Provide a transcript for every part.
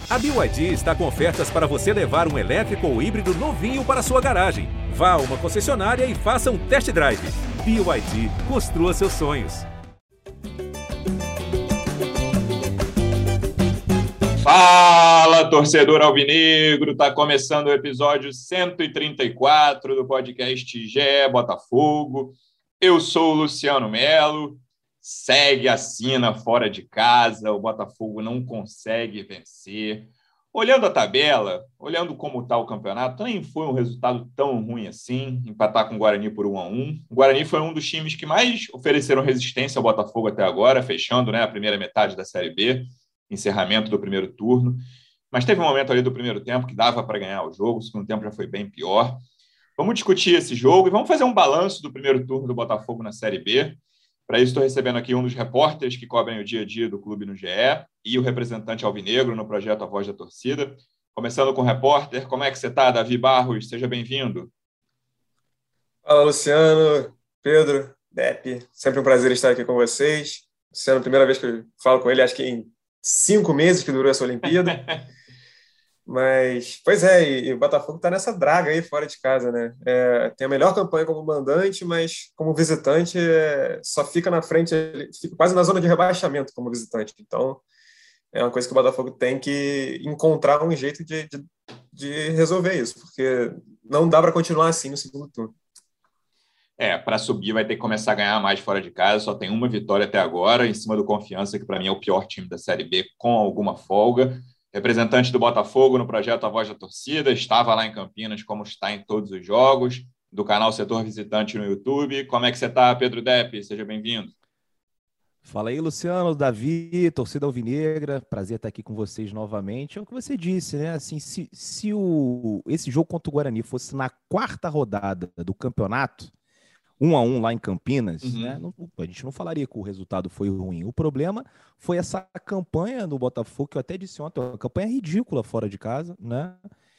A BYD está com ofertas para você levar um elétrico ou híbrido novinho para sua garagem. Vá a uma concessionária e faça um test drive. BYD, construa seus sonhos. Fala, torcedor alvinegro! Tá começando o episódio 134 do podcast GE Botafogo. Eu sou o Luciano Melo. Segue, assina fora de casa. O Botafogo não consegue vencer. Olhando a tabela, olhando como está o campeonato, nem foi um resultado tão ruim assim, empatar com o Guarani por 1-1. O Guarani foi um dos times que mais ofereceram resistência ao Botafogo até agora, fechando, a primeira metade da Série B, encerramento do primeiro turno. Mas teve um momento ali do primeiro tempo que dava para ganhar o jogo, o segundo tempo já foi bem pior. Vamos discutir esse jogo e vamos fazer um balanço do primeiro turno do Botafogo na Série B. Para isso, estou recebendo aqui um dos repórteres que cobrem o dia a dia do clube no GE e o representante alvinegro no projeto A Voz da Torcida. Começando com o repórter, como é que você está, Davi Barros? Seja bem-vindo. Fala, Luciano, Pedro, Depp. Sempre um prazer estar aqui com vocês. Luciano, primeira vez que eu falo com ele, acho que em 5 meses que durou essa Olimpíada. Mas, pois é, e o Botafogo está nessa draga aí fora de casa, né? Tem a melhor campanha como mandante, mas como visitante só fica na frente, fica quase na zona de rebaixamento como visitante. Então, é uma coisa que o Botafogo tem que encontrar um jeito de resolver isso, porque não dá para continuar assim no segundo turno. Para subir vai ter que começar a ganhar mais fora de casa, só tem uma vitória até agora, em cima do Confiança, que para mim é o pior time da Série B, com alguma folga. Representante do Botafogo no projeto A Voz da Torcida, estava lá em Campinas, como está em todos os jogos, do canal Setor Visitante no YouTube. Como é que você está, Pedro Depp? Seja bem-vindo. Fala aí, Luciano, Davi, torcida alvinegra, prazer estar aqui com vocês novamente. É o que você disse, né? Assim, se esse jogo contra o Guarani fosse na quarta rodada do campeonato, 1-1 lá em Campinas, né? A gente não falaria que o resultado foi ruim. O problema foi essa campanha do Botafogo, que eu até disse ontem, uma campanha ridícula fora de casa, né?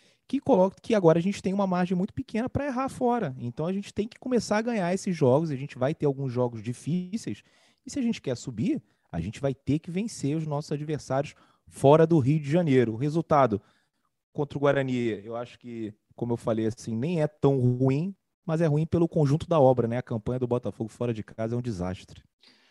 Que agora a gente tem uma margem muito pequena para errar fora. Então a gente tem que começar a ganhar esses jogos, a gente vai ter alguns jogos difíceis, e se a gente quer subir, a gente vai ter que vencer os nossos adversários fora do Rio de Janeiro. O resultado contra o Guarani, eu acho que, como eu falei, assim, nem é tão ruim, mas é ruim pelo conjunto da obra, né? A campanha do Botafogo fora de casa é um desastre.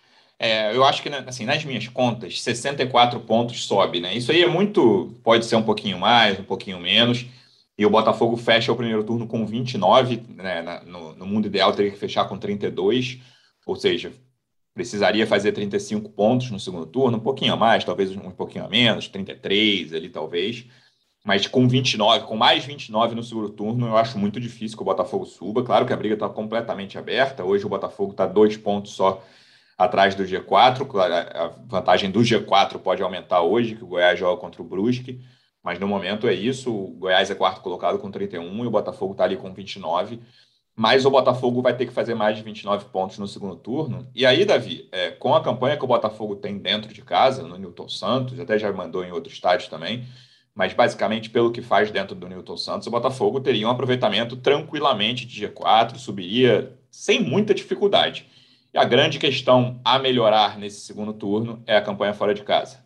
Eu acho que, assim, nas minhas contas, 64 pontos sobe, né? Isso aí é muito... Pode ser um pouquinho mais, um pouquinho menos. E o Botafogo fecha o primeiro turno com 29, né? No mundo ideal teria que fechar com 32, ou seja, precisaria fazer 35 pontos no segundo turno, um pouquinho a mais, talvez um pouquinho a menos, 33 ali talvez. Mas com 29, com mais 29 no segundo turno, eu acho muito difícil que o Botafogo suba. Claro que a briga está completamente aberta. Hoje o Botafogo está 2 pontos só atrás do G4. A vantagem do G4 pode aumentar hoje, que o Goiás joga contra o Brusque. Mas no momento é isso. O Goiás é quarto colocado com 31 e o Botafogo está ali com 29. Mas o Botafogo vai ter que fazer mais de 29 pontos no segundo turno. E aí, Davi, com a campanha que o Botafogo tem dentro de casa, no Newton Santos, até já mandou em outros estádios também, mas basicamente pelo que faz dentro do Newton Santos, o Botafogo teria um aproveitamento tranquilamente de G4, subiria sem muita dificuldade. E a grande questão a melhorar nesse segundo turno é a campanha fora de casa.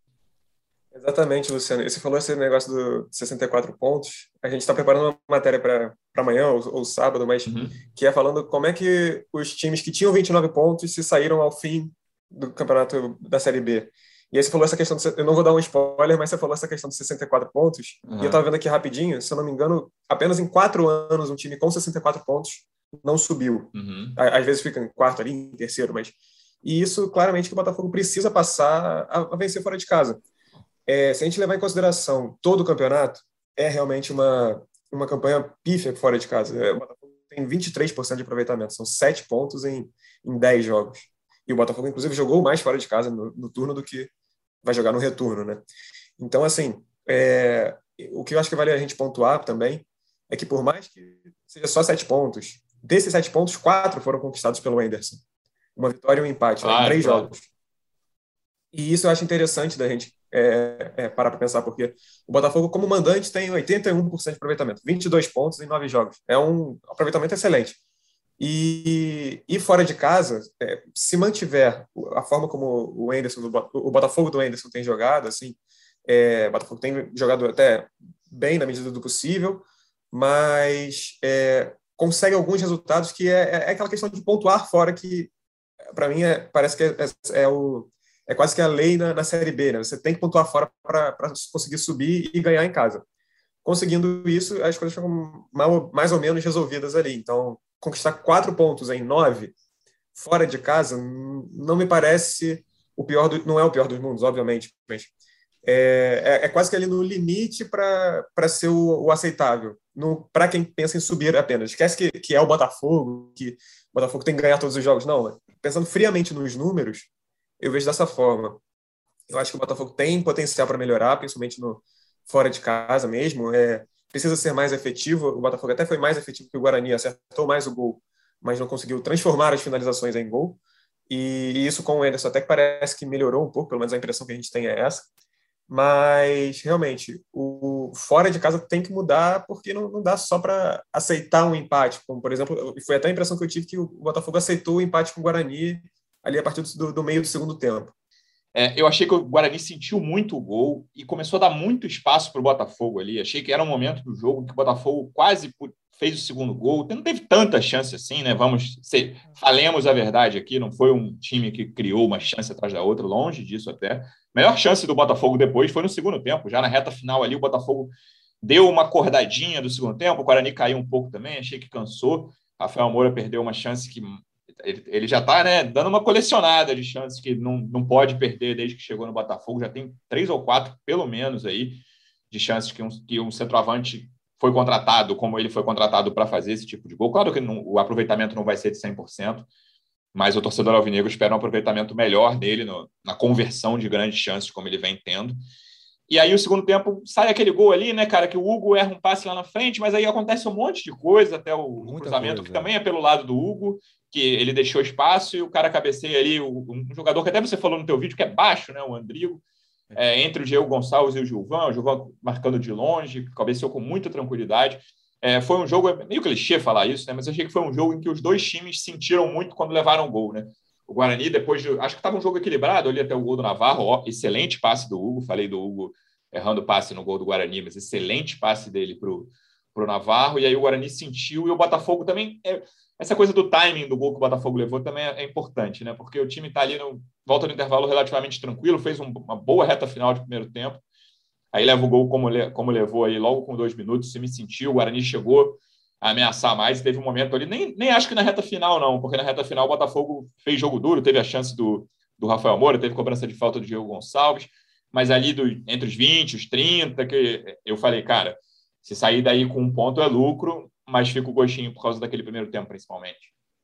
Exatamente, Luciano. E você falou esse negócio dos 64 pontos. A gente está preparando uma matéria para amanhã ou sábado, mas que é falando como é que os times que tinham 29 pontos se saíram ao fim do campeonato da Série B. E aí você falou essa questão, eu não vou dar um spoiler, mas você falou essa questão dos 64 pontos, e eu estava vendo aqui rapidinho, se eu não me engano, apenas em 4 anos um time com 64 pontos não subiu. Às vezes fica em quarto ali, em terceiro, mas... E isso, claramente, que o Botafogo precisa passar a vencer fora de casa. Se a gente levar em consideração todo o campeonato, é realmente uma campanha pífia fora de casa. O Botafogo tem 23% de aproveitamento, são 7 pontos em 10 jogos. E o Botafogo, inclusive, jogou mais fora de casa no turno do que vai jogar no retorno, né? Então, assim, o que eu acho que vale a gente pontuar também é que, por mais que seja só 7 pontos, desses 7 pontos, 4 foram conquistados pelo Anderson. Uma vitória e um empate, em 3 jogos. E isso eu acho interessante da gente parar para pensar, porque o Botafogo, como mandante, tem 81% de aproveitamento, 22 pontos em 9 jogos. É um aproveitamento excelente. E fora de casa, se mantiver a forma como o Botafogo do Anderson tem jogado, assim, O Botafogo tem jogado até bem na medida do possível, mas consegue alguns resultados que é aquela questão de pontuar fora que, para mim, parece que é quase que a lei na Série B, né? Você tem que pontuar fora para conseguir subir e ganhar em casa. Conseguindo isso, as coisas ficam mais ou menos resolvidas ali. Então, conquistar 4 pontos em 9 fora de casa não me parece não é o pior dos mundos, obviamente, mas quase que ali no limite para ser o aceitável, para quem pensa em subir apenas. Esquece que é o Botafogo, que o Botafogo tem que ganhar todos os jogos. Não, né? Pensando friamente nos números, eu vejo dessa forma. Eu acho que o Botafogo tem potencial para melhorar, principalmente fora de casa mesmo. Precisa ser mais efetivo. O Botafogo até foi mais efetivo que o Guarani, acertou mais o gol, mas não conseguiu transformar as finalizações em gol. E isso com o Anderson até que parece que melhorou um pouco, pelo menos a impressão que a gente tem é essa. Mas, realmente, o fora de casa tem que mudar, porque não dá só para aceitar um empate. Como, por exemplo, foi até a impressão que eu tive que o Botafogo aceitou o empate com o Guarani ali a partir do meio do segundo tempo. Eu achei que o Guarani sentiu muito o gol e começou a dar muito espaço para o Botafogo ali. Achei que era um momento do jogo que o Botafogo quase fez o segundo gol. Não teve tanta chance assim, né? Falemos a verdade aqui, não foi um time que criou uma chance atrás da outra, longe disso até. A melhor chance do Botafogo depois foi no segundo tempo. Já na reta final ali, o Botafogo deu uma acordadinha do segundo tempo, o Guarani caiu um pouco também, achei que cansou. Rafael Moura perdeu uma chance que ele já está, né, dando uma colecionada de chances que não pode perder desde que chegou no Botafogo. Já tem 3 ou 4, pelo menos, aí, de chances que um centroavante foi contratado, como ele foi contratado para fazer esse tipo de gol. Claro que o aproveitamento não vai ser de 100%, mas o torcedor alvinegro espera um aproveitamento melhor dele na conversão de grandes chances, como ele vem tendo. E aí, o segundo tempo, sai aquele gol ali, né, cara, que o Hugo erra um passe lá na frente, mas aí acontece um monte de coisa, até o cruzamento, que também é pelo lado do Hugo, que ele deixou espaço e o cara cabeceia ali, um jogador que até você falou no teu vídeo, que é baixo, né, o Andrigo, entre o Diego Gonçalves e o Gilvan marcando de longe, cabeceou com muita tranquilidade. Foi um jogo, é meio clichê falar isso, né, mas eu achei que foi um jogo em que os dois times sentiram muito quando levaram o gol, né. O Guarani, depois acho que estava um jogo equilibrado ali até o gol do Navarro, excelente passe do Hugo, falei do Hugo errando passe no gol do Guarani, mas excelente passe dele para o Navarro, e aí o Guarani sentiu, e o Botafogo também, essa coisa do timing do gol que o Botafogo levou também é importante, né? Porque o time está ali volta do intervalo relativamente tranquilo, fez uma boa reta final de primeiro tempo, aí leva o gol como levou aí logo com 2 minutos, se me sentiu, o Guarani chegou a ameaçar mais, teve um momento ali, nem acho que na reta final não, porque na reta final o Botafogo fez jogo duro, teve a chance do Rafael Moura, teve cobrança de falta do Diego Gonçalves, mas ali entre os 20, os 30, que eu falei, cara, se sair daí com 1 ponto é lucro, mas fica o gostinho por causa daquele primeiro tempo, principalmente.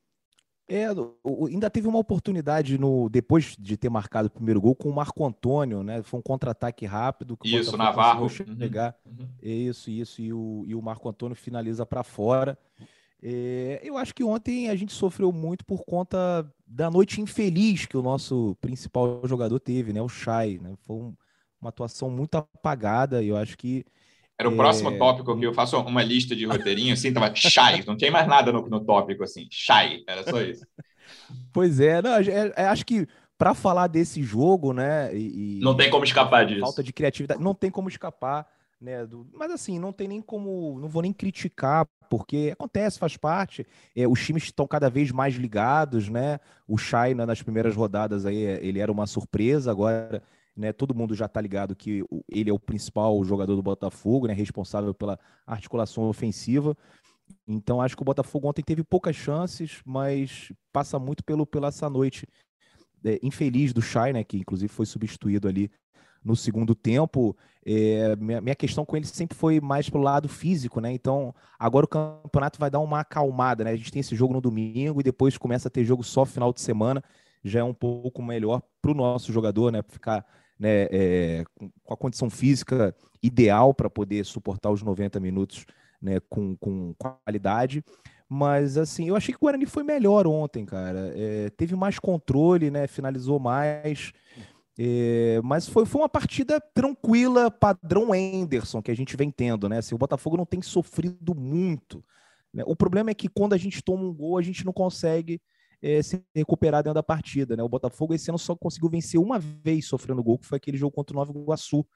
Ainda teve uma oportunidade depois de ter marcado o primeiro gol com o Marco Antônio, né? Foi um contra-ataque rápido. Que isso, o Navarro. Chegar. Isso. E o Marco Antônio finaliza para fora. Eu acho que ontem a gente sofreu muito por conta da noite infeliz que o nosso principal jogador teve, né? O Chay, né? Foi uma atuação muito apagada. E eu acho que era o próximo tópico que eu faço uma lista de roteirinho, assim, tava Chay, não tinha mais nada no tópico, assim, Chay, era só isso. Pois acho que para falar desse jogo, né, não tem como escapar disso. Falta de criatividade, não tem como escapar, né, mas assim, não tem nem como, não vou nem criticar, porque acontece, faz parte, os times estão cada vez mais ligados, né, o Chay nas primeiras rodadas aí, ele era uma surpresa, agora... Né, todo mundo já está ligado que ele é o principal jogador do Botafogo, né, responsável pela articulação ofensiva. Então, acho que o Botafogo ontem teve poucas chances, mas passa muito pela essa noite infeliz do Chay, né, que inclusive foi substituído ali no segundo tempo. Minha questão com ele sempre foi mais pelo lado físico, né? Então, agora o campeonato vai dar uma acalmada, né? A gente tem esse jogo no domingo e depois começa a ter jogo só final de semana. Já é um pouco melhor para o nosso jogador, né? Ficar, né, com a condição física ideal para poder suportar os 90 minutos, né, com qualidade. Mas, assim, eu achei que o Guarani foi melhor ontem, cara. Teve mais controle, né? Finalizou mais. Mas foi uma partida tranquila, padrão Anderson, que a gente vem tendo, né? Assim, o Botafogo não tem sofrido muito, né? O problema é que quando a gente toma um gol, a gente não consegue se recuperar dentro da partida, né? O Botafogo esse ano só conseguiu vencer uma vez sofrendo gol, que foi aquele jogo contra o Nova Iguaçu,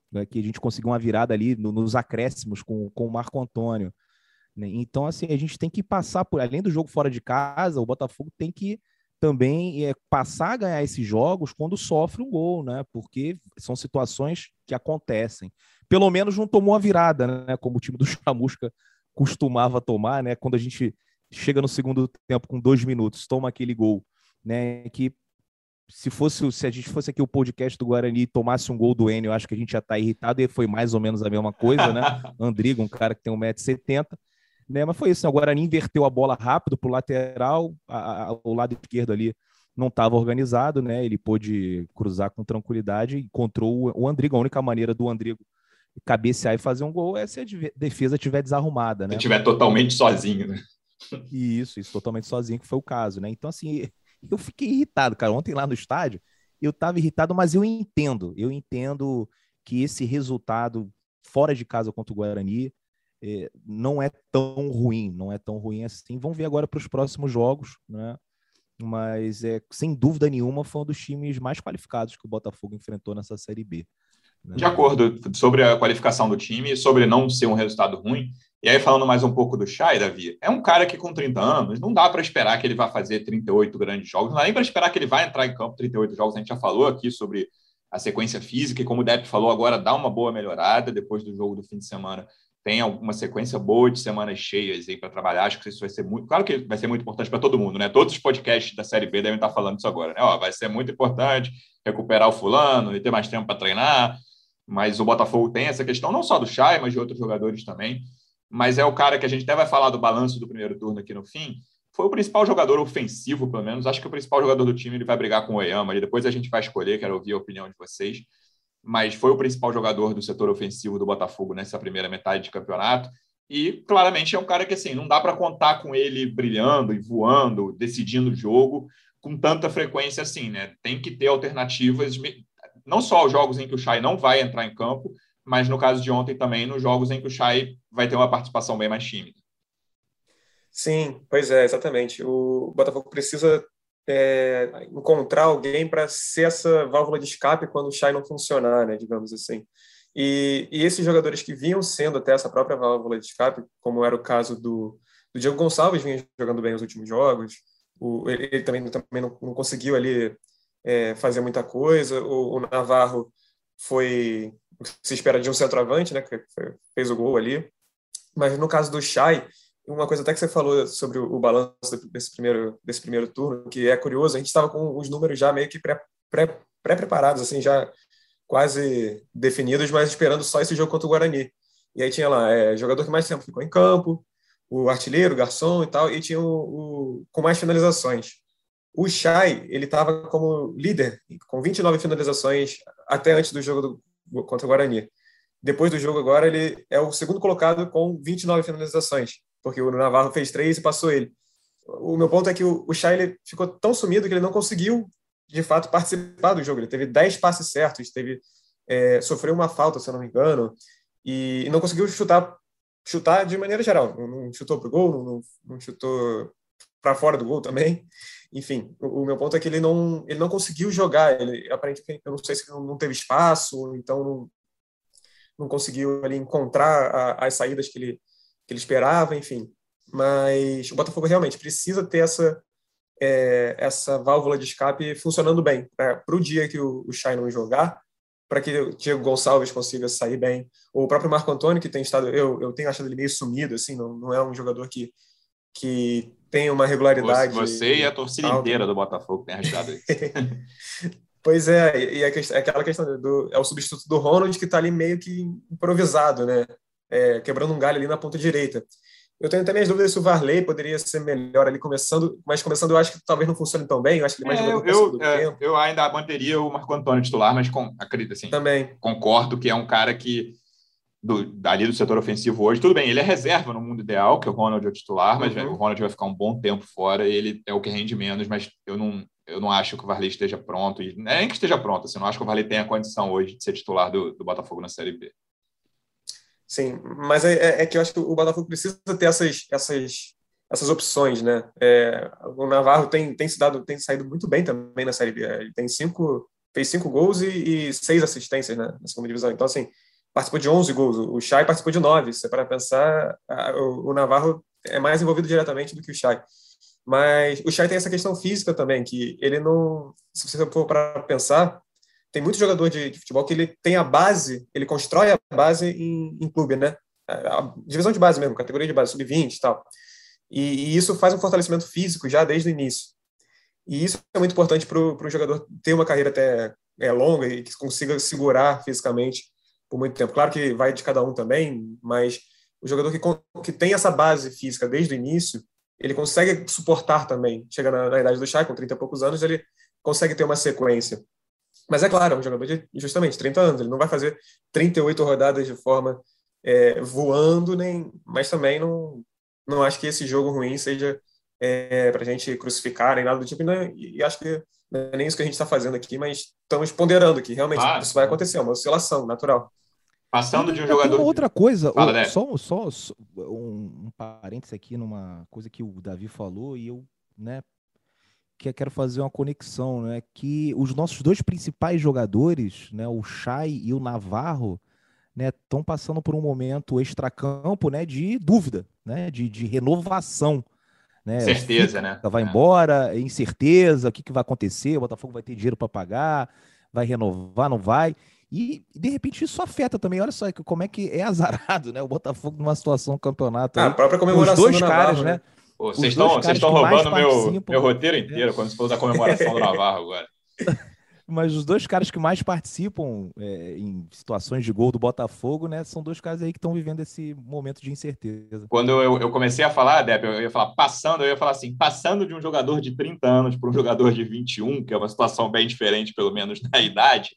né, que a gente conseguiu uma virada ali nos acréscimos com o Marco Antônio, né? Então, assim, a gente tem que passar por, além do jogo fora de casa, o Botafogo tem que também passar a ganhar esses jogos quando sofre um gol, né? Porque são situações que acontecem. Pelo menos não tomou a virada, né? Como o time do Chamusca costumava tomar, né? Quando a gente chega no segundo tempo com 2 minutos, toma aquele gol, né? Que se a gente fosse aqui o podcast do Guarani e tomasse um gol do Enio, eu acho que a gente já está irritado, e foi mais ou menos a mesma coisa, né? Andrigo, um cara que tem 1,70 m, né? Mas foi isso, né? O Guarani inverteu a bola rápido para o lateral, o lado esquerdo ali não estava organizado, né? Ele pôde cruzar com tranquilidade, encontrou o Andrigo. A única maneira do Andrigo cabecear e fazer um gol é se a defesa estiver desarrumada, né? Se estiver totalmente sozinho, né? Isso totalmente sozinho, que foi o caso, né? Então, assim, eu fiquei irritado, cara. Ontem lá no estádio, eu estava irritado, mas eu entendo que esse resultado fora de casa contra o Guarani não é tão ruim assim. Vamos ver agora para os próximos jogos, né? Mas, sem dúvida nenhuma, foi um dos times mais qualificados que o Botafogo enfrentou nessa Série B, né? De acordo, sobre a qualificação do time, sobre não ser um resultado ruim. E aí, falando mais um pouco do Chay, Davi, é um cara que com 30 anos, não dá para esperar que ele vai fazer 38 grandes jogos, não dá nem para esperar que ele vai entrar em campo 38 jogos. A gente já falou aqui sobre a sequência física, e como o Depp falou agora, dá uma boa melhorada depois do jogo do fim de semana. Tem uma sequência boa de semanas cheias aí para trabalhar. Acho que isso vai ser muito... Claro que vai ser muito importante para todo mundo, né? Todos os podcasts da Série B devem estar falando isso agora, né? Vai ser muito importante recuperar o fulano e ter mais tempo para treinar. Mas o Botafogo tem essa questão, não só do Chay, mas de outros jogadores também. Mas é o cara que a gente até vai falar do balanço do primeiro turno aqui no fim. Foi o principal jogador ofensivo, pelo menos. Acho que o principal jogador do time ele vai brigar com o Oyama. E depois a gente vai escolher, quero ouvir a opinião de vocês. Mas foi o principal jogador do setor ofensivo do Botafogo nessa primeira metade de campeonato. E claramente é um cara que assim, não dá para contar com ele brilhando e voando, decidindo o jogo com tanta frequência assim, né? Tem que ter alternativas, não só os jogos em que o Chay não vai entrar em campo, mas no caso de ontem também, nos jogos em que o Chay vai ter uma participação bem mais tímida. Sim, pois é, exatamente. O Botafogo precisa encontrar alguém para ser essa válvula de escape quando o Chay não funcionar, né, digamos assim. E esses jogadores que vinham sendo até essa própria válvula de escape, como era o caso do Diego Gonçalves, vinha jogando bem os últimos jogos, ele também não conseguiu ali fazer muita coisa, o Navarro foi o que se espera de um centroavante, né, que fez o gol ali, mas no caso do Chay, uma coisa até que você falou sobre o balanço desse primeiro turno, que é curioso, a gente estava com os números já meio que pré-preparados, assim, já quase definidos, mas esperando só esse jogo contra o Guarani. E aí tinha lá, jogador que mais tempo ficou em campo, o artilheiro, o garçom e tal, e tinha com mais finalizações. O Chay, ele estava como líder, com 29 finalizações até antes do jogo contra o Guarani. Depois do jogo agora, ele é o segundo colocado com 29 finalizações, porque o Navarro fez 3 e passou ele. O meu ponto é que o Chay ele ficou tão sumido que ele não conseguiu, de fato, participar do jogo. Ele teve 10 passes certos, sofreu uma falta, se eu não me engano, e não conseguiu chutar de maneira geral. Não chutou para o gol, não chutou para fora do gol também. Enfim, o meu ponto é que ele não conseguiu jogar. Ele, aparentemente, eu não sei se não teve espaço, então não conseguiu ali encontrar as saídas que ele esperava, enfim. Mas o Botafogo realmente precisa ter essa válvula de escape funcionando bem, para o dia que o Chay não jogar, para que o Diego Gonçalves consiga sair bem. O próprio Marco Antônio, que tem estado... Eu tenho achado ele meio sumido, assim, não é um jogador que tem uma regularidade... Você e a torcida inteira do Botafogo tem achado isso. Pois é, e aquela questão é o substituto do Ronald, que está ali meio que improvisado, né? Quebrando um galho ali na ponta direita. Eu tenho até minhas dúvidas se o Varley poderia ser melhor ali começando eu acho que talvez não funcione tão bem, eu acho que ele é mais jogador do tempo. Eu ainda manteria o Marco Antônio titular, mas acredito assim, também concordo que é um cara que ali do setor ofensivo hoje, tudo bem, ele é reserva no mundo ideal, que o Ronald é o titular, mas o Ronald vai ficar um bom tempo fora, ele é o que rende menos, mas eu não acho que o Varley esteja pronto, e nem que esteja pronto, assim, eu não acho que o Varley tenha a condição hoje de ser titular do Botafogo na Série B. Sim, mas que eu acho que o Botafogo precisa ter essas opções, né? O Navarro tem saído muito bem também na Série B. Ele tem 5 fez 5 gols e 6 assistências, né, na segunda divisão. Então, assim, participou de 11 gols. O Chay participou de 9. Se você para pensar, o Navarro é mais envolvido diretamente do que o Chay. Mas o Chay tem essa questão física também, que ele não... Se você for para pensar, tem muito jogador de futebol que ele tem a base, ele constrói a base em clube, né? A divisão de base mesmo, categoria de base, sub-20 e tal. E isso faz um fortalecimento físico já desde o início. E isso é muito importante para o jogador ter uma carreira até longa e que consiga segurar fisicamente por muito tempo. Claro que vai de cada um também, mas o jogador que tem essa base física desde o início, ele consegue suportar também. Chega na idade do Chay, com 30 e poucos anos, ele consegue ter uma sequência. Mas é claro, é um jogador de justamente 30 anos, ele não vai fazer 38 rodadas de forma voando, mas também não acho que esse jogo ruim seja para a gente crucificar, nem nada do tipo, e acho que não é nem isso que a gente está fazendo aqui, mas estamos ponderando que realmente isso vai acontecer, uma oscilação natural. Passando de um jogador... Uma outra coisa, Fala, só um parênteses aqui numa coisa que o Davi falou, e eu, né, que eu quero fazer uma conexão, né, que os nossos 2 principais jogadores, né, o Chay e o Navarro, né, estão passando por um momento extracampo, né, de dúvida, né, de renovação. Né? Certeza, né? Vai embora, incerteza, o que vai acontecer, o Botafogo vai ter dinheiro para pagar, vai renovar, não vai. E, de repente, isso afeta também. Olha só como é que é azarado, né? O Botafogo numa situação do campeonato. A própria comemoração os 2 do caras, Navarro, né? Vocês estão roubando meu roteiro inteiro quando você falou da comemoração do Navarro agora. Mas os 2 caras que mais participam em situações de gol do Botafogo, né, são 2 caras aí que estão vivendo esse momento de incerteza. Quando eu comecei a falar, Depp, eu ia falar assim, passando de um jogador de 30 anos para um jogador de 21, que é uma situação bem diferente, pelo menos na idade,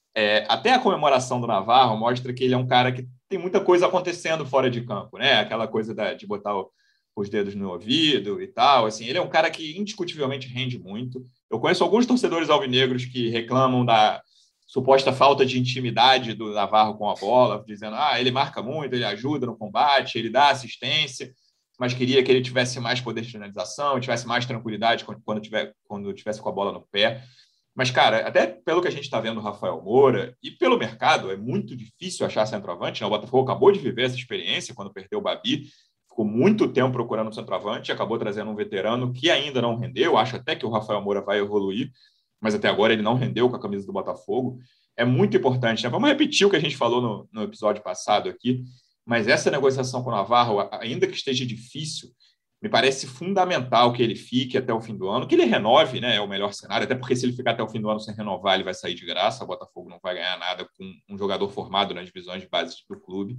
até a comemoração do Navarro mostra que ele é um cara que tem muita coisa acontecendo fora de campo, né? Aquela coisa de botar os dedos no ouvido e tal. Assim, ele é um cara que indiscutivelmente rende muito. Eu conheço alguns torcedores alvinegros que reclamam da suposta falta de intimidade do Navarro com a bola, dizendo ele marca muito, ele ajuda no combate, ele dá assistência, mas queria que ele tivesse mais poder de finalização, tivesse mais tranquilidade quando tivesse com a bola no pé. Mas, cara, até pelo que a gente está vendo o Rafael Moura e pelo mercado, é muito difícil achar centroavante, né? O Botafogo acabou de viver essa experiência quando perdeu o Babi, ficou muito tempo procurando um centroavante, acabou trazendo um veterano que ainda não rendeu. Acho até que o Rafael Moura vai evoluir, mas até agora ele não rendeu com a camisa do Botafogo. É muito importante, né? Vamos repetir o que a gente falou no episódio passado aqui, mas essa negociação com o Navarro, ainda que esteja difícil, me parece fundamental que ele fique até o fim do ano, que ele renove, né? É o melhor cenário, até porque se ele ficar até o fim do ano sem renovar, ele vai sair de graça, o Botafogo não vai ganhar nada com um jogador formado nas divisões de base do clube.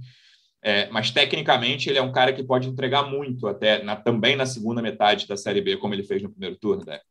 Mas tecnicamente ele é um cara que pode entregar muito também na segunda metade da Série B, como ele fez no primeiro turno, né?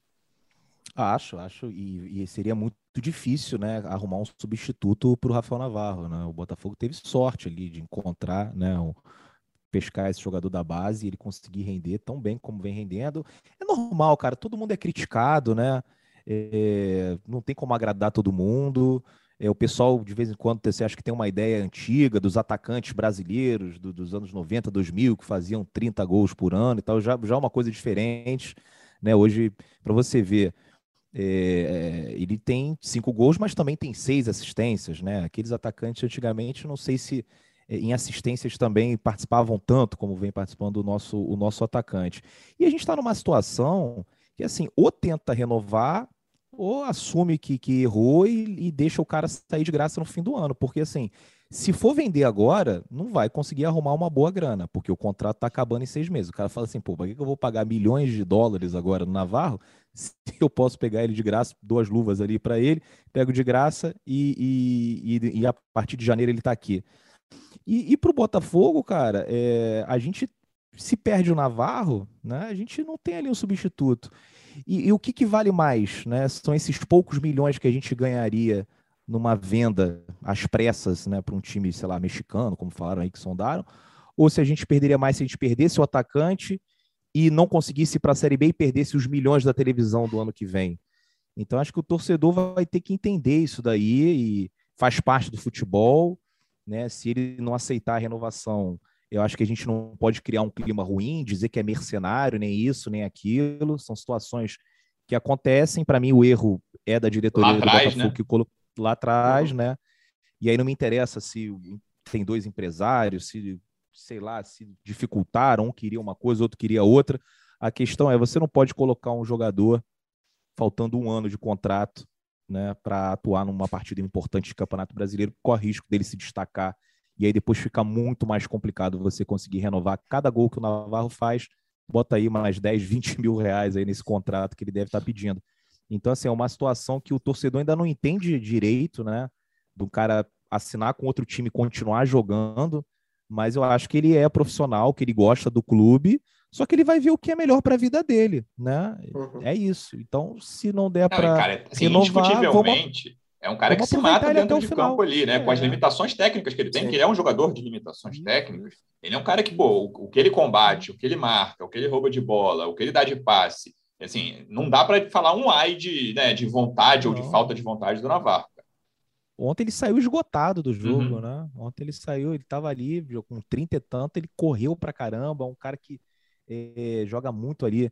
Acho, e seria muito difícil, né, arrumar um substituto para o Rafael Navarro, né? O Botafogo teve sorte ali de encontrar, né, pescar esse jogador da base e ele conseguir render tão bem como vem rendendo. É normal, cara, todo mundo é criticado, né? Não tem como agradar todo mundo. O pessoal, de vez em quando, você acha que tem uma ideia antiga dos atacantes brasileiros dos anos 90, 2000, que faziam 30 gols por ano e tal, já é uma coisa diferente, né? Hoje, para você ver, ele tem 5 gols, mas também tem 6 assistências, né? Aqueles atacantes antigamente, não sei se em assistências também participavam tanto como vem participando o nosso atacante. E a gente está numa situação que, assim, ou tenta renovar ou assume que errou e deixa o cara sair de graça no fim do ano. Porque, assim, se for vender agora, não vai conseguir arrumar uma boa grana, porque o contrato está acabando em 6 meses. O cara fala assim, pô, por que eu vou pagar milhões de dólares agora no Navarro se eu posso pegar ele de graça, 2 luvas ali para ele, pego de graça e a partir de janeiro ele está aqui. E para o Botafogo, cara, a gente se perde o Navarro, né? A gente não tem ali um substituto. E o que vale mais, né? São esses poucos milhões que a gente ganharia numa venda às pressas, né, para um time, sei lá, mexicano, como falaram aí que sondaram, ou se a gente perderia mais se a gente perdesse o atacante e não conseguisse ir para a Série B e perdesse os milhões da televisão do ano que vem. Então acho que o torcedor vai ter que entender isso daí e faz parte do futebol, né? Se ele não aceitar a renovação, eu acho que a gente não pode criar um clima ruim, dizer que é mercenário, nem isso, nem aquilo. São situações que acontecem. Para mim, o erro é da diretoria lá atrás, do Botafogo, né? que colocou lá atrás, né? E aí não me interessa se tem dois empresários, se, sei lá, se dificultaram, um queria uma coisa, outro queria outra. A questão é, você não pode colocar um jogador faltando 1 ano de contrato, né, para atuar numa partida importante de Campeonato Brasileiro, corre risco dele se destacar, e aí depois fica muito mais complicado você conseguir renovar cada gol que o Navarro faz, bota aí mais 10, 20 mil reais aí nesse contrato que ele deve estar pedindo. Então, assim, é uma situação que o torcedor ainda não entende direito, né, do cara assinar com outro time e continuar jogando, mas eu acho que ele é profissional, que ele gosta do clube, só que ele vai ver o que é melhor para a vida dele, né? É isso. Então, se não der para cara, assim, renovar, indiscutivelmente, é um cara que se mata dentro de campo ali, né? Com as limitações técnicas que ele tem, que ele é um jogador de limitações técnicas. Ele é um cara que, pô, o que ele combate, o que ele marca, o que ele rouba de bola, o que ele dá de passe, assim, não dá para falar um ai de vontade ou de falta de vontade do Navarro. Ontem ele saiu esgotado do jogo, né? Ontem ele saiu, ele estava ali com 30 e tanto, ele correu pra caramba, um cara que joga muito ali,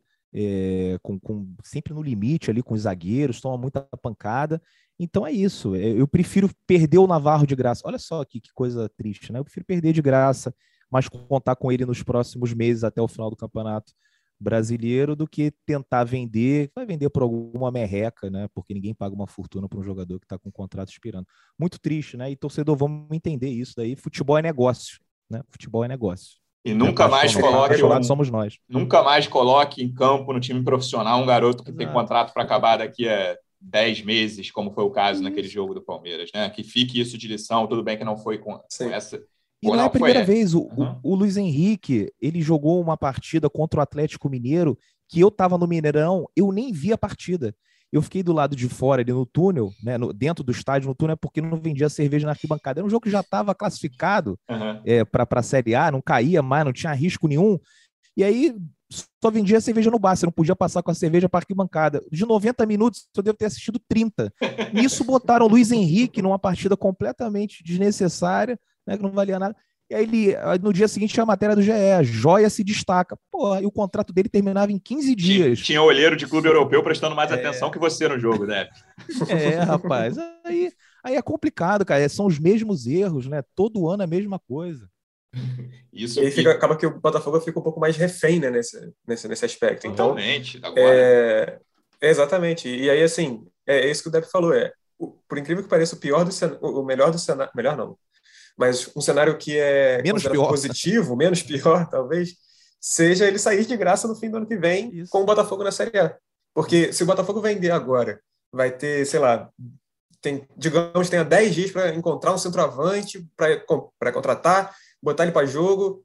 sempre no limite ali com os zagueiros, toma muita pancada. Então é isso, eu prefiro perder o Navarro de graça. Olha só que coisa triste, né? Eu prefiro perder de graça, mas contar com ele nos próximos meses até o final do Campeonato Brasileiro do que tentar vender, vai vender por alguma merreca, né? Porque ninguém paga uma fortuna para um jogador que está com o contrato expirando. Muito triste, né? E torcedor, vamos entender isso daí. Futebol é negócio, né? Futebol é negócio. E nunca mais coloque somos nós. Nunca mais coloque em campo no time profissional um garoto que tem contrato para acabar daqui a 10 meses, como foi o caso naquele jogo do Palmeiras, né? Que fique isso de lição. Tudo bem que não foi com essa. E não é a primeira vez. O Luiz Henrique, ele jogou uma partida contra o Atlético Mineiro, que eu estava no Mineirão, eu nem vi a partida. Eu fiquei do lado de fora, ali no túnel, né, dentro do estádio, no túnel, porque não vendia cerveja na arquibancada. Era um jogo que já estava classificado para a Série A, não caía mais, não tinha risco nenhum. E aí só vendia cerveja no bar, você não podia passar com a cerveja para a arquibancada. De 90 minutos, eu devo ter assistido 30. Nisso botaram o Luiz Henrique numa partida completamente desnecessária, né, que não valia nada. E aí no dia seguinte tinha a matéria do GE, Joia se destaca. Pô, e o contrato dele terminava em 15 dias. Tinha olheiro de clube europeu prestando mais atenção que você no jogo, né? Rapaz, aí é complicado, cara. São os mesmos erros, né? Todo ano é a mesma coisa. Isso e aí acaba que o Botafogo fica um pouco mais refém, né, nesse aspecto. Totalmente, então, agora. Exatamente. E aí, assim, é isso que o Depp falou. Por incrível que pareça, o melhor do cenário... Melhor não. Mas um cenário que é menos pior, positivo, menos pior, talvez, seja ele sair de graça no fim do ano que vem com o Botafogo na Série A. Porque se o Botafogo vender agora, vai ter, sei lá, digamos, tenha 10 dias para encontrar um centroavante, para contratar, botar ele para jogo,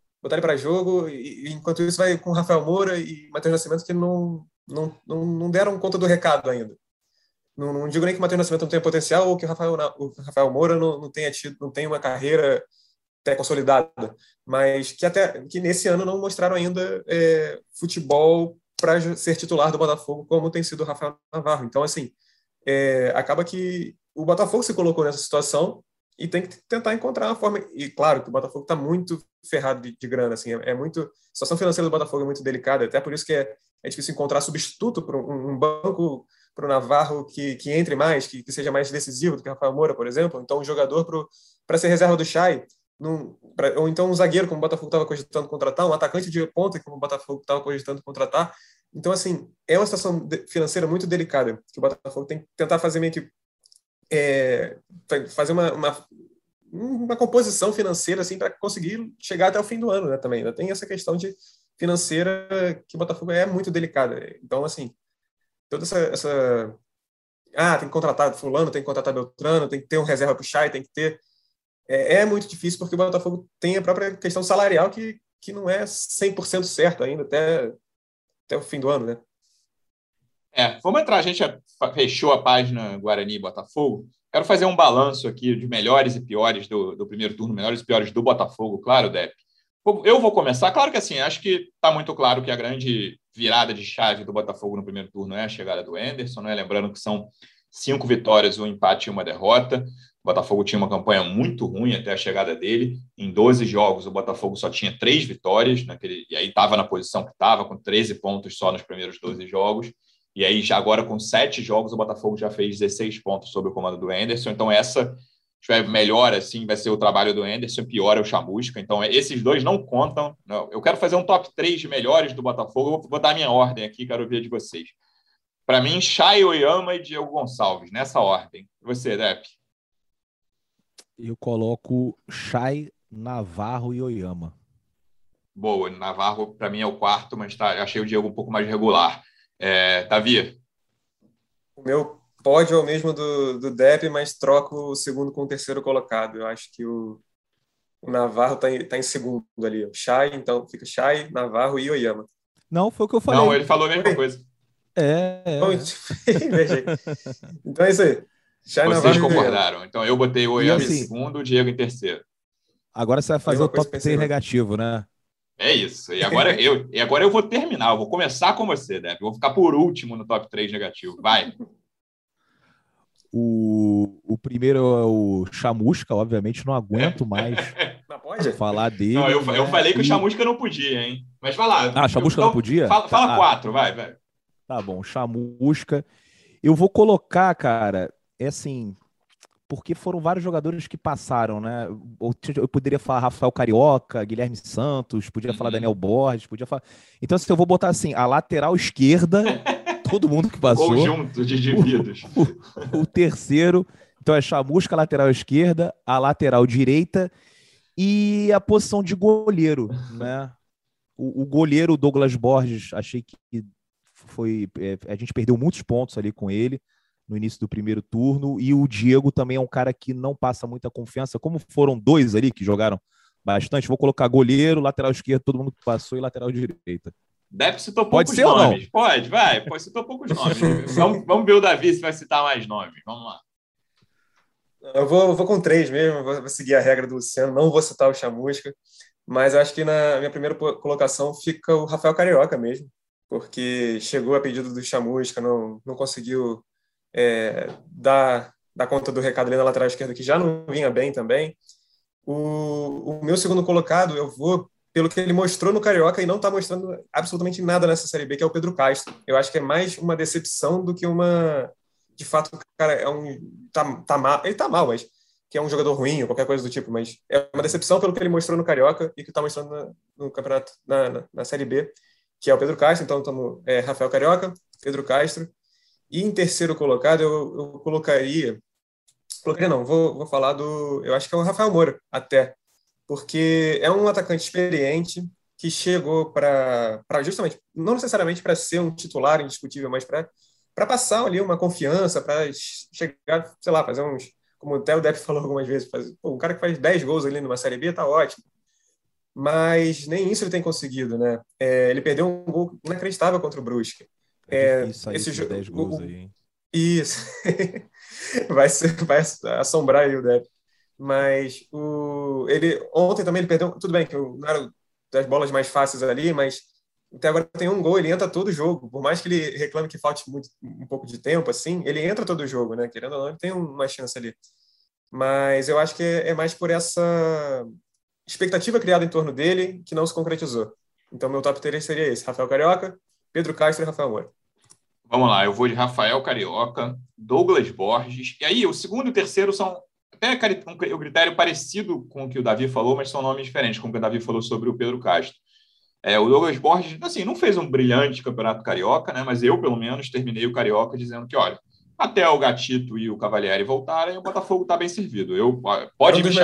e enquanto isso vai com o Rafael Moura e Matheus Nascimento, que não deram conta do recado ainda. Não digo nem que o Matheus Nascimento não tenha potencial ou que o Rafael Moura não tenha uma carreira até consolidada, mas que nesse ano não mostraram ainda futebol para ser titular do Botafogo, como tem sido o Rafael Navarro. Então, assim, acaba que o Botafogo se colocou nessa situação e tem que tentar encontrar uma forma. E claro que o Botafogo está muito ferrado de grana, assim, a situação financeira do Botafogo é muito delicada, até por isso que é difícil encontrar substituto para um banco para o Navarro que entre mais, que seja mais decisivo do que o Rafael Moura, por exemplo. Então, um jogador para ser reserva do Chay, ou então um zagueiro, como o Botafogo estava cogitando contratar, um atacante de ponta, como o Botafogo estava cogitando contratar. Então, assim, é uma situação financeira muito delicada, que o Botafogo tem que tentar fazer meio que fazer uma composição financeira assim, para conseguir chegar até o fim do ano, né, também. Ainda tem essa questão financeira que o Botafogo é muito delicada. Então, assim, toda essa tem que contratar fulano, tem que contratar Beltrano, tem que ter um reserva para o Chay, tem que ter... É muito difícil porque o Botafogo tem a própria questão salarial que não é 100% certo ainda até o fim do ano, né? Vamos entrar, a gente já fechou a página Guarani e Botafogo. Quero fazer um balanço aqui de melhores e piores do primeiro turno, melhores e piores do Botafogo, claro, Depp. Eu vou começar. Claro que assim, acho que está muito claro que a grande virada de chave do Botafogo no primeiro turno é a chegada do Anderson, né? Lembrando que são 5 vitórias, 1 empate e 1 derrota. O Botafogo tinha uma campanha muito ruim até a chegada dele. Em 12 jogos, o Botafogo só tinha 3 vitórias, e aí estava na posição que estava, com 13 pontos só nos primeiros 12 jogos. E aí, já agora com 7 jogos, o Botafogo já fez 16 pontos sob o comando do Anderson. Então, essa melhor, assim, vai ser o trabalho do Anderson, pior é o Chamusca. Então, esses dois não contam. Não. Eu quero fazer um top 3 de melhores do Botafogo. Eu vou dar a minha ordem aqui, quero ver de vocês. Para mim, Chay, Oyama e Diego Gonçalves, nessa ordem. E você, Depp? Eu coloco Chay, Navarro e Oyama. Boa, Navarro para mim é o quarto, mas achei o Diego um pouco mais regular. Davi? O meu pódio é o mesmo do Depp, mas troco o segundo com o terceiro colocado. Eu acho que o Navarro tá em segundo ali. O Chay, então fica Chay, Navarro e Oyama. Não, foi o que eu falei. Não, ele falou a mesma coisa. Então é isso aí. Chay, Vocês concordaram. Então eu botei o Oyama em segundo, o Diego em terceiro. Agora você vai fazer o top 3 negativo, né? É isso. E agora eu vou terminar. Eu vou começar com você, Depp. Eu vou ficar por último no top 3 negativo. Vai. O primeiro é o Chamusca, obviamente, não aguento mais falar dele. Não, eu falei que o Chamusca não podia, hein? Mas vai lá. Ah, Chamusca não podia? Fala 4, vai. Tá bom, Chamusca. Eu vou colocar, cara, assim, porque foram vários jogadores que passaram, né? Eu poderia falar Rafael Carioca, Guilherme Santos, podia falar Daniel Borges, podia falar... Então, assim, eu vou botar assim, a lateral esquerda... Todo mundo que passou. Conjunto de indivíduos. O terceiro, então é Chamusca, lateral esquerda, a lateral direita e a posição de goleiro, né? O goleiro Douglas Borges, achei que foi... a gente perdeu muitos pontos ali com ele no início do primeiro turno, e o Diego também é um cara que não passa muita confiança, como foram dois ali que jogaram bastante, vou colocar goleiro, lateral esquerdo, todo mundo que passou, e lateral direita. Deve citar poucos nomes. Pode, vai. Pode citar poucos nomes. Vamos ver o Davi se vai citar mais nomes. Vamos lá. Eu vou com 3 mesmo. Vou seguir a regra do Luciano. Não vou citar o Chamusca. Mas acho que na minha primeira colocação fica o Rafael Carioca mesmo. Porque chegou a pedido do Chamusca, não conseguiu dar conta do recado ali na lateral esquerda, que já não vinha bem também. O meu segundo colocado, eu vou pelo que ele mostrou no Carioca e não está mostrando absolutamente nada nessa Série B, que é o Pedro Castro. Eu acho que é mais uma decepção do que uma... De fato, o cara tá mal, ele tá mal, mas que é um jogador ruim ou qualquer coisa do tipo, mas é uma decepção pelo que ele mostrou no Carioca e que está mostrando no campeonato, na Série B, que é o Pedro Castro. Então, estamos Rafael Carioca, Pedro Castro. E em terceiro colocado, eu colocaria... Não, vou falar do... Eu acho que é o Rafael Moura, até. Porque é um atacante experiente que chegou para justamente, não necessariamente para ser um titular indiscutível, mas para passar ali uma confiança, para chegar, sei lá, fazer uns, como até o Depp falou algumas vezes, um cara que faz 10 gols ali numa Série B tá ótimo. Mas nem isso ele tem conseguido, né? Ele perdeu um gol inacreditável contra o Brusque. Esse jogo 10 gols aí, hein? Isso. vai assombrar aí o Depp. Mas ontem também ele perdeu, tudo bem que não era das bolas mais fáceis ali, mas até agora tem um gol, ele entra todo o jogo, por mais que ele reclame que falte um pouco de tempo, assim, ele entra todo o jogo, né, querendo ou não, ele tem uma chance ali. Mas eu acho que é mais por essa expectativa criada em torno dele que não se concretizou. Então meu top 3 seria esse: Rafael Carioca, Pedro Castro e Rafael Moura. Vamos lá, eu vou de Rafael Carioca, Douglas Borges, e aí o segundo e o terceiro são até um critério parecido com o que o Davi falou, mas são nomes diferentes, como o Davi falou sobre o Pedro Castro. O Douglas Borges, assim, não fez um brilhante campeonato carioca, né? Mas eu, pelo menos, terminei o Carioca dizendo que, olha, até o Gatito e o Cavalieri voltarem, o Botafogo está bem servido. Pode me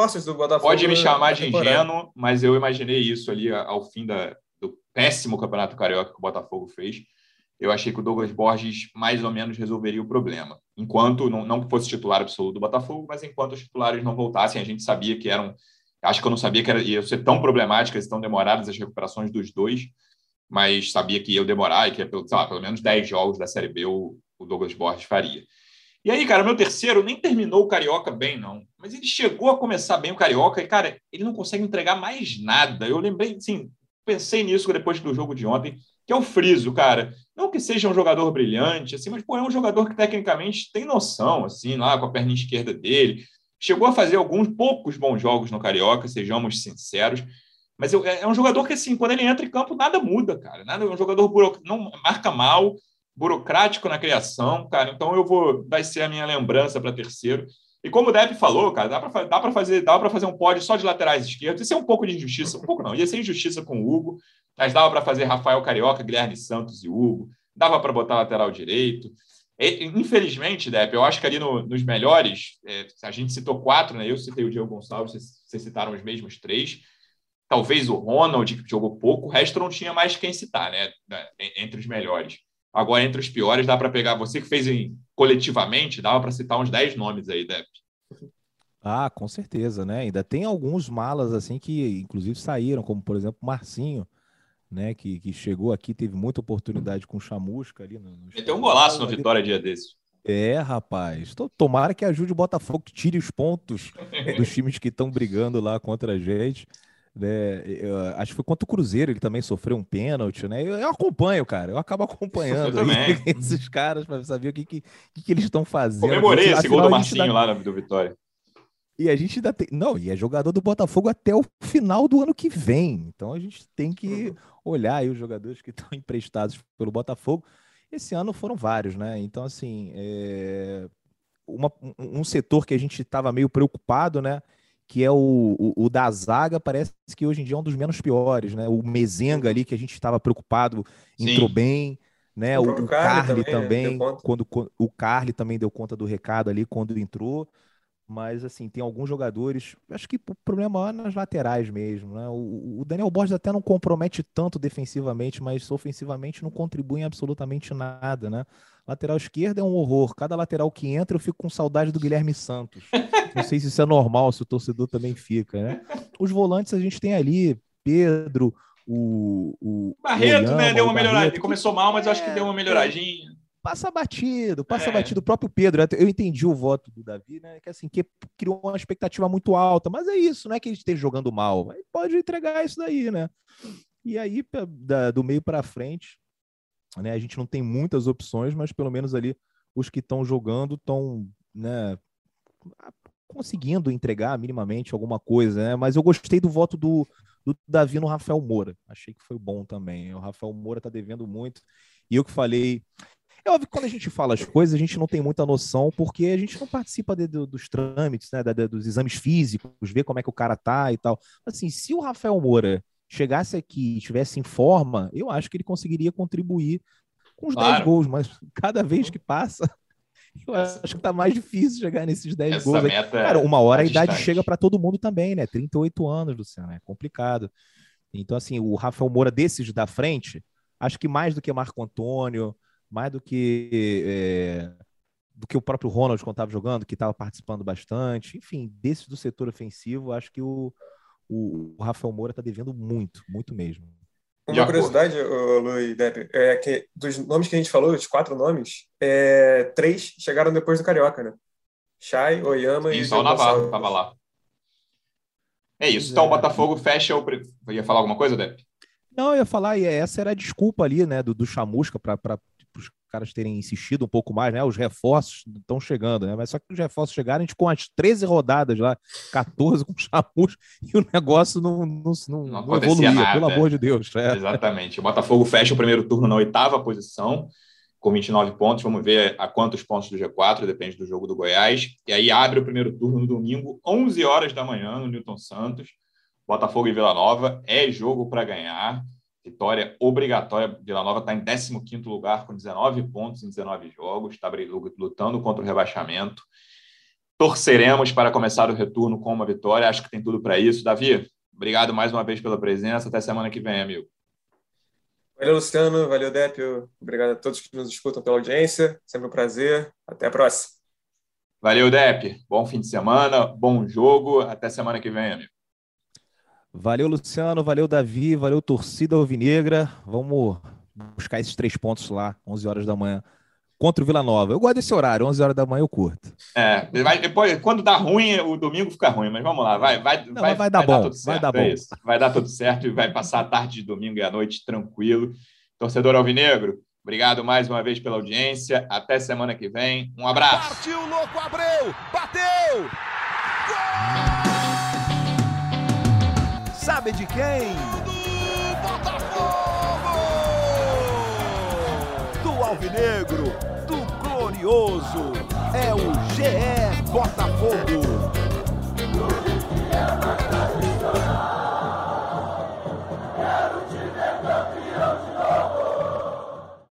chamar de ingênuo, mas eu imaginei isso ali ao fim do péssimo campeonato carioca que o Botafogo fez. Eu achei que o Douglas Borges mais ou menos resolveria o problema. Enquanto não fosse titular absoluto do Botafogo, mas enquanto os titulares não voltassem, a gente sabia que eram... Acho que eu não sabia que ia ser tão problemáticas e tão demoradas as recuperações dos dois, mas sabia que ia demorar e que ia, pelo menos 10 jogos da Série B o Douglas Borges faria. E aí, cara, o meu terceiro nem terminou o Carioca bem, não. Mas ele chegou a começar bem o Carioca e, cara, ele não consegue entregar mais nada. Eu lembrei, assim, pensei nisso depois do jogo de ontem, que é o Friso, cara. Não que seja um jogador brilhante, assim, mas, pô, é um jogador que tecnicamente tem noção, assim, lá com a perna esquerda dele. Chegou a fazer poucos bons jogos no Carioca, sejamos sinceros. Mas é um jogador que, assim, quando ele entra em campo, nada muda, cara. É um jogador não marca mal, burocrático na criação, cara. Então vai ser a minha lembrança para terceiro. E como o Depp falou, cara, dá para fazer um pódio só de laterais esquerdos. Isso é um pouco de injustiça, um pouco não. Ia ser injustiça com o Hugo, mas dava para fazer Rafael Carioca, Guilherme Santos e Hugo. Dava para botar lateral direito. Infelizmente, Depp, eu acho que ali nos melhores, a gente citou 4, né? Eu citei o Diego Gonçalves, vocês citaram os mesmos 3. Talvez o Ronald, que jogou pouco, o resto não tinha mais quem citar, né? Entre os melhores. Agora, entre os piores, dá para pegar... Você que fez coletivamente, dava para citar uns 10 nomes aí, Depp. Ah, com certeza, né? Ainda tem alguns malas, assim, que inclusive saíram, como, por exemplo, o Marcinho, né? Que chegou aqui, teve muita oportunidade com o Chamusca ali. Meteu um golaço no Vitória dia desse. Rapaz. Tomara que ajude o Botafogo, que tire os pontos dos times que estão brigando lá contra a gente. Né? Acho que foi contra o Cruzeiro, ele também sofreu um pênalti, né? Eu acompanho, cara, eu acabo acompanhando esses caras para saber o que eles estão fazendo. Comemorei esse gol do Marcinho lá do Vitória. E a gente ainda tem... Não, e é jogador do Botafogo até o final do ano que vem. Então a gente tem que olhar aí os jogadores que estão emprestados pelo Botafogo. Esse ano foram vários, né? Então, assim, um setor que a gente estava meio preocupado, né? Que é o da zaga, parece que hoje em dia é um dos menos piores, né? O Mezenga ali, que a gente estava preocupado, entrou bem, né? O Carly também quando o Carly também deu conta do recado ali quando entrou. Mas, assim, tem alguns jogadores... Acho que o problema é nas laterais mesmo, né? O Daniel Borges até não compromete tanto defensivamente, mas ofensivamente não contribui em absolutamente nada, né? Lateral esquerda é um horror. Cada lateral que entra, eu fico com saudade do Guilherme Santos. Não sei se isso é normal, se o torcedor também fica, né? Os volantes a gente tem ali, Pedro, o Barreto, Oyama, né? Deu uma melhoradinha. Que... Começou mal, mas eu acho que deu uma melhoradinha. Passa batido. O próprio Pedro, eu entendi o voto do Davi, né? Que assim, que criou uma expectativa muito alta, mas é isso, não é que ele esteja jogando mal, ele pode entregar isso daí, né? E aí, do meio para frente, né? A gente não tem muitas opções, mas pelo menos ali os que estão jogando estão, né, conseguindo entregar minimamente alguma coisa, né? Mas eu gostei do voto do Davi no Rafael Moura. Achei que foi bom também. O Rafael Moura tá devendo muito. E eu que falei... É óbvio que quando a gente fala as coisas, a gente não tem muita noção, porque a gente não participa dos trâmites, né, dos exames físicos, ver como é que o cara tá e tal. Assim, se o Rafael Moura chegasse aqui e estivesse em forma, eu acho que ele conseguiria contribuir com os 10 gols, mas cada vez que passa, eu acho que tá mais difícil chegar nesses 10 gols. Cara, uma hora a idade chega para todo mundo também, né? 38 anos, Luciano, é complicado. Então, assim, o Rafael Moura desses da frente, acho que mais do que Marco Antônio, mais do que o próprio Ronald quando estava jogando, que estava participando bastante. Enfim, desses do setor ofensivo, acho que o Rafael Moura está devendo muito, muito mesmo. Uma curiosidade, Luiz, Depp, é que dos nomes que a gente falou, os 4 nomes, 3 chegaram depois do Carioca, né? Chay, Oyama e... Só o Navarro estava lá. É isso, então o Botafogo fecha o... Ia falar alguma coisa, Depp? Não, eu ia falar, e essa era a desculpa ali, né, do Chamusca para os caras terem insistido um pouco mais, né? Os reforços estão chegando, né? Mas só que os reforços chegaram, a gente com as 13 rodadas lá, 14 com o Chamusca, e o negócio não evoluía, nada, pelo amor de Deus. Exatamente. O Botafogo fecha o primeiro turno na 8ª posição, com 29 pontos. Vamos ver a quantos pontos do G4, depende do jogo do Goiás. E aí abre o primeiro turno no domingo, 11 horas da manhã, no Newton Santos. Botafogo e Vila Nova, é jogo para ganhar. Vitória obrigatória. Vila Nova está em 15º lugar, com 19 pontos em 19 jogos. Está lutando contra o rebaixamento. Torceremos para começar o retorno com uma vitória. Acho que tem tudo para isso. Davi, obrigado mais uma vez pela presença. Até semana que vem, amigo. Valeu, Luciano. Valeu, Depp. Obrigado a todos que nos escutam pela audiência. Sempre um prazer. Até a próxima. Valeu, Depp. Bom fim de semana. Bom jogo. Até semana que vem, amigo. Valeu, Luciano, valeu, Davi, valeu, torcida alvinegra. Vamos buscar esses 3 pontos lá, 11 horas da manhã, contra o Vila Nova. Eu gosto desse horário, 11 horas da manhã eu curto. Depois, quando dá ruim, o domingo fica ruim, mas vamos lá, vai dar bom, vai dar bom. Vai dar tudo certo e vai passar a tarde de domingo e a noite tranquilo. Torcedor alvinegro, obrigado mais uma vez pela audiência. Até semana que vem. Um abraço. Partiu, louco, Abreu! Bateu! Gol! Sabe de quem? Do Botafogo! Do alvinegro, do glorioso, é o GE Botafogo.